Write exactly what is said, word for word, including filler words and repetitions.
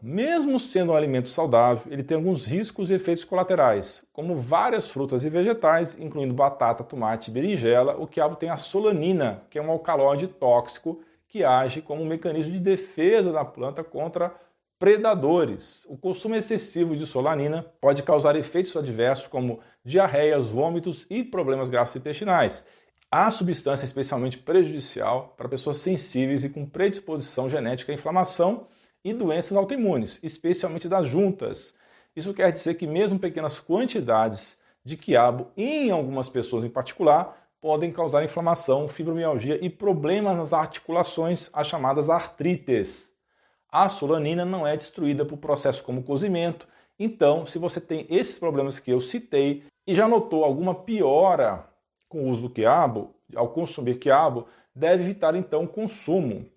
mesmo sendo um alimento saudável, ele tem alguns riscos e efeitos colaterais. Como várias frutas e vegetais, incluindo batata, tomate e berinjela, o quiabo tem a solanina, que é um alcaloide tóxico que age como um mecanismo de defesa da planta contra predadores. O consumo excessivo de solanina pode causar efeitos adversos como diarreias, vômitos e problemas gastrointestinais. A substância é especialmente prejudicial para pessoas sensíveis e com predisposição genética à inflamação e doenças autoimunes, especialmente das juntas. Isso quer dizer que mesmo pequenas quantidades de quiabo, em algumas pessoas em particular, podem causar inflamação, fibromialgia e problemas nas articulações, as chamadas artrites. A solanina não é destruída por processos como cozimento, então se você tem esses problemas que eu citei e já notou alguma piora com o uso do quiabo, ao consumir quiabo, deve evitar então o consumo.